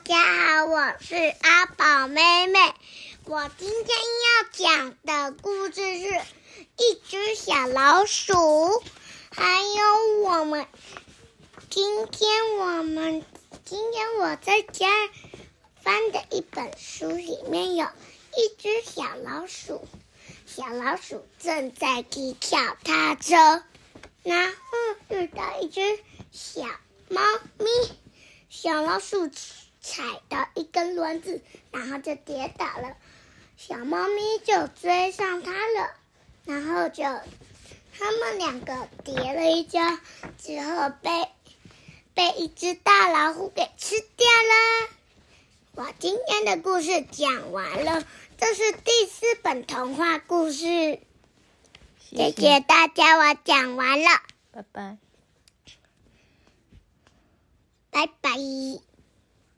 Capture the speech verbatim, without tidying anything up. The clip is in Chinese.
家好，我是阿宝妹妹。我今天要讲的故事是一只小老鼠，还有我们今天我们今天我在家翻的一本书，里面有一只小老鼠，小老鼠正在踢脚踏车，然后遇到一只小猫咪，小老鼠踩到一根轮子，然后就跌倒了，小猫咪就追上它了，然后就他们两个跌了一跤之后被被一只大老虎给吃掉了。我今天的故事讲完了，这是第四本童话故事。谢谢, 谢谢大家，我讲完了， 拜拜， 拜拜。